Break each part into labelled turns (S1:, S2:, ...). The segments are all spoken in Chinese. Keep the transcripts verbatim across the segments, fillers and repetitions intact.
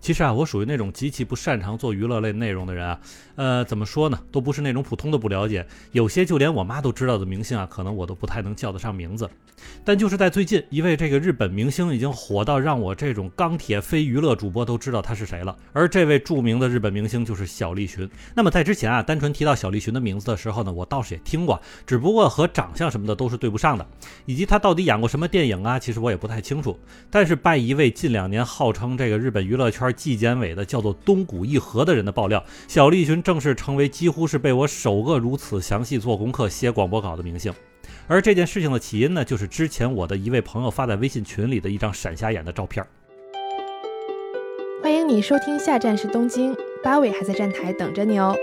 S1: 其实啊，我属于那种极其不擅长做娱乐类内容的人啊，呃，怎么说呢，都不是那种普通的不了解，有些就连我妈都知道的明星啊，可能我都不太能叫得上名字。但就是在最近，一位这个日本明星已经火到让我这种钢铁非娱乐主播都知道他是谁了，而这位著名的日本明星就是小栗旬。那么在之前啊，单纯提到小栗旬的名字的时候呢，我倒是也听过，只不过和长相什么的都是对不上的，以及他到底演过什么电影啊，其实我也不太清楚。但是拜一位近两年号称这个日本娱乐圈纪检委的叫做东谷义和的人的爆料，小栗旬正式成为几乎是被我首个如此详细做功课写广播稿的明星。而这件事情的起因呢，就是之前我的一位朋友发在微信群里的一张闪瞎眼的照片。
S2: 欢迎你收听下站是东京，八尾还在站台等着你哦。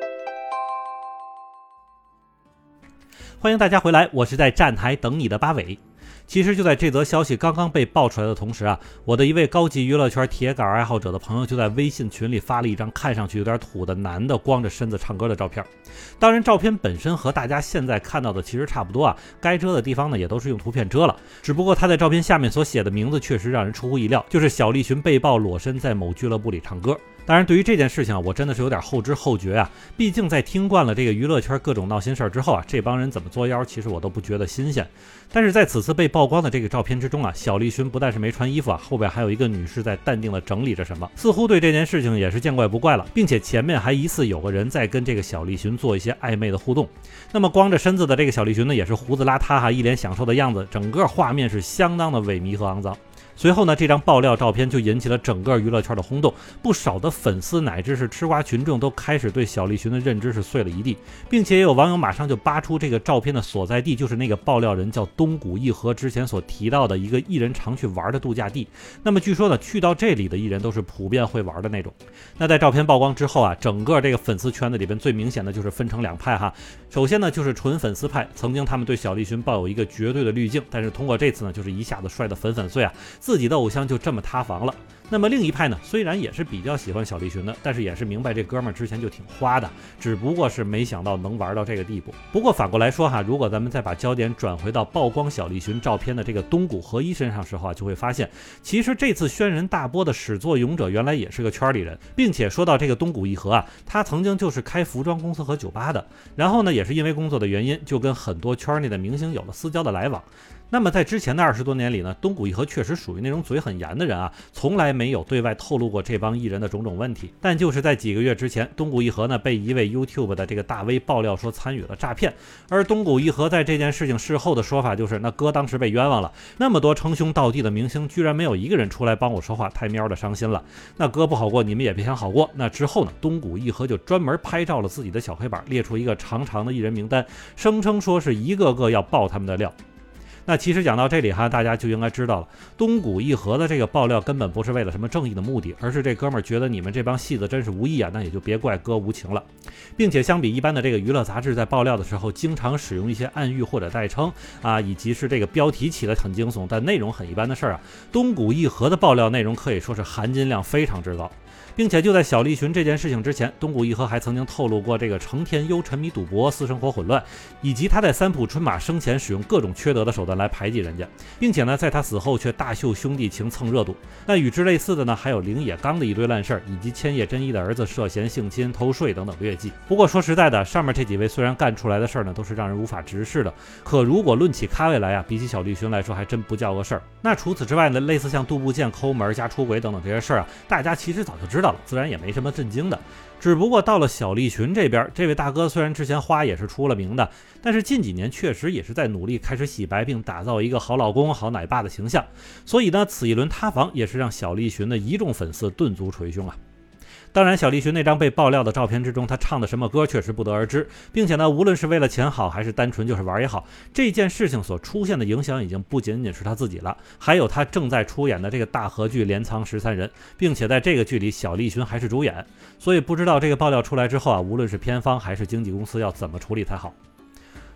S1: 欢迎大家回来，我是在站台等你的八尾。其实就在这则消息刚刚被爆出来的同时啊，我的一位高级娱乐圈铁杆爱好者的朋友就在微信群里发了一张看上去有点土的男的光着身子唱歌的照片。当然照片本身和大家现在看到的其实差不多啊，该遮的地方呢也都是用图片遮了，只不过他在照片下面所写的名字确实让人出乎意料，就是小栗旬被曝裸身在某俱乐部里唱歌。当然对于这件事情啊，我真的是有点后知后觉啊，毕竟在听惯了这个娱乐圈各种闹心事儿之后啊，这帮人怎么作妖其实我都不觉得新鲜。但是在此次被曝光的这个照片之中啊，小栗旬不但是没穿衣服啊，后边还有一个女士在淡定的整理着什么，似乎对这件事情也是见怪不怪了，并且前面还疑似有个人在跟这个小栗旬做一些暧昧的互动。那么光着身子的这个小栗旬呢，也是胡子邋遢哈，一脸享受的样子，整个画面是相当的萎靡和肮脏。随后呢，这张爆料照片就引起了整个娱乐圈的轰动，不少的粉丝乃至是吃瓜群众都开始对小栗旬的认知是碎了一地，并且也有网友马上就扒出这个照片的所在地，就是那个爆料人叫东谷义和之前所提到的一个艺人常去玩的度假地。那么据说呢，去到这里的艺人都是普遍会玩的那种。那在照片曝光之后啊，整个这个粉丝圈子里边最明显的就是分成两派哈。首先呢，就是纯粉丝派，曾经他们对小栗旬抱有一个绝对的滤镜，但是通过这次呢，就是一下子摔得粉粉碎啊，自己的偶像就这么塌房了。那么另一派呢，虽然也是比较喜欢小栗旬的，但是也是明白这哥们儿之前就挺花的，只不过是没想到能玩到这个地步。不过反过来说哈，如果咱们再把焦点转回到曝光小栗旬照片的这个东谷和一身上时候啊，就会发现其实这次轩然大波的始作俑者原来也是个圈里人，并且说到这个东谷义和啊，他曾经就是开服装公司和酒吧的，然后呢也是因为工作的原因就跟很多圈内的明星有了私交的来往。那么在之前的二十多年里呢，东谷义和确实属于那种嘴很严的人啊，从来没有对外透露过这帮艺人的种种问题。但就是在几个月之前，东谷义和呢被一位 YouTube 的这个大 V 爆料说参与了诈骗，而东谷义和在这件事情事后的说法就是，那哥当时被冤枉了，那么多称兄道弟的明星居然没有一个人出来帮我说话，太喵的伤心了，那哥不好过，你们也别想好过。那之后呢，东谷义和就专门拍照了自己的小黑板，列出一个长长的艺人名单，声称说是一个个要爆他们的料。那其实讲到这里哈，大家就应该知道了，东谷义和的这个爆料根本不是为了什么正义的目的，而是这哥们儿觉得你们这帮戏子真是无义啊，那也就别怪哥无情了。并且相比一般的这个娱乐杂志在爆料的时候，经常使用一些暗喻或者代称啊，以及是这个标题起得很惊悚，但内容很一般的事儿啊，东谷义和的爆料内容可以说是含金量非常之高。并且就在小栗旬这件事情之前，东谷义和还曾经透露过这个成田优沉迷赌博、私生活混乱，以及他在三浦春马生前使用各种缺德的手段来排挤人家，并且呢在他死后却大秀兄弟情蹭热度。那与之类似的呢，还有铃野刚的一堆烂事儿，以及千叶真一的儿子涉嫌性侵、偷税等等劣迹。不过说实在的，上面这几位虽然干出来的事儿呢都是让人无法直视的，可如果论起咖位来啊，比起小栗旬来说还真不叫个事儿。那除此之外呢，类似像杜部健抠门加出轨等等这些事儿啊，大家其实早就知道了，自然也没什么震惊的。只不过到了小栗旬这边，这位大哥虽然之前花也是出了名的，但是近几年确实也是在努力开始洗白，并打造一个好老公好奶爸的形象，所以呢此一轮塌房也是让小栗旬的一众粉丝顿足捶胸啊。当然小栗旬那张被爆料的照片之中，他唱的什么歌确实不得而知，并且呢无论是为了钱好还是单纯就是玩也好，这件事情所出现的影响已经不仅仅是他自己了，还有他正在出演的这个大河剧《镰仓十三人》，并且在这个剧里小栗旬还是主演，所以不知道这个爆料出来之后啊，无论是片方还是经纪公司要怎么处理才好。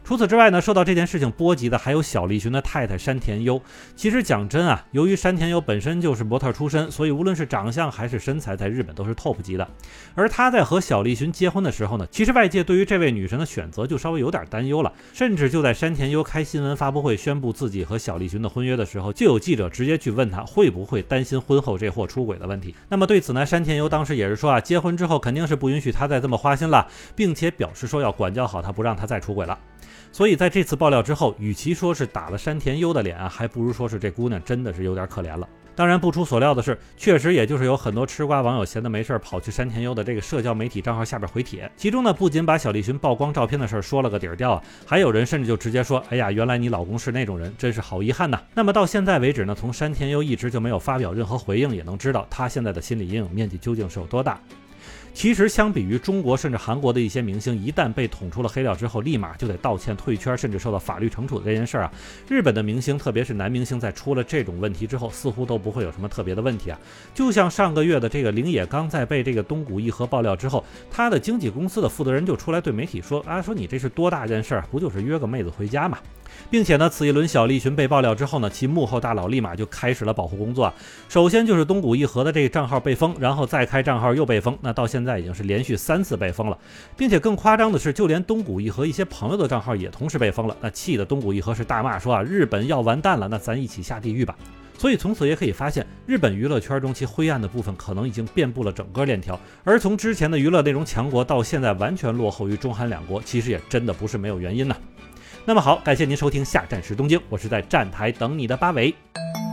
S1: 除此之外呢，受到这件事情波及的还有小栗旬的太太山田优。其实讲真啊，由于山田优本身就是模特出身，所以无论是长相还是身材，在日本都是 top 级的。而他在和小栗旬结婚的时候呢，其实外界对于这位女神的选择就稍微有点担忧了，甚至就在山田优开新闻发布会宣布自己和小栗旬的婚约的时候，就有记者直接去问他会不会担心婚后这货出轨的问题。那么对此呢，山田优当时也是说啊，结婚之后肯定是不允许他再这么花心了，并且表示说要管教好他，不让他再出轨了。所以在这次爆料之后，与其说是打了山田优的脸啊，还不如说是这姑娘真的是有点可怜了。当然不出所料的是，确实也就是有很多吃瓜网友闲得没事跑去山田优的这个社交媒体账号下边回帖，其中呢不仅把小栗旬曝光照片的事说了个底儿掉啊，还有人甚至就直接说，哎呀，原来你老公是那种人，真是好遗憾呐。那么到现在为止呢，从山田优一直就没有发表任何回应，也能知道他现在的心理阴影面积究竟是有多大。其实相比于中国甚至韩国的一些明星，一旦被捅出了黑料之后立马就得道歉退圈，甚至受到法律惩处的这件事啊，日本的明星特别是男明星在出了这种问题之后似乎都不会有什么特别的问题啊。就像上个月的这个铃野刚在被这个东谷义和爆料之后，他的经纪公司的负责人就出来对媒体说啊，说你这是多大件事，不就是约个妹子回家嘛。并且呢，此一轮小栗旬被爆料之后呢，其幕后大佬立马就开始了保护工作啊。首先就是东谷义和的这个账号被封，然后再开账号又被封，那到现在已经是连续三次被封了，并且更夸张的是，就连东谷义和一些朋友的账号也同时被封了。那气的东谷义和是大骂说啊，日本要完蛋了，那咱一起下地狱吧。所以从此也可以发现，日本娱乐圈中其灰暗的部分可能已经遍布了整个链条，而从之前的娱乐内容强国到现在完全落后于中韩两国，其实也真的不是没有原因呢。那么好，感谢您收听下站是东京，我是在站台等你的八尾。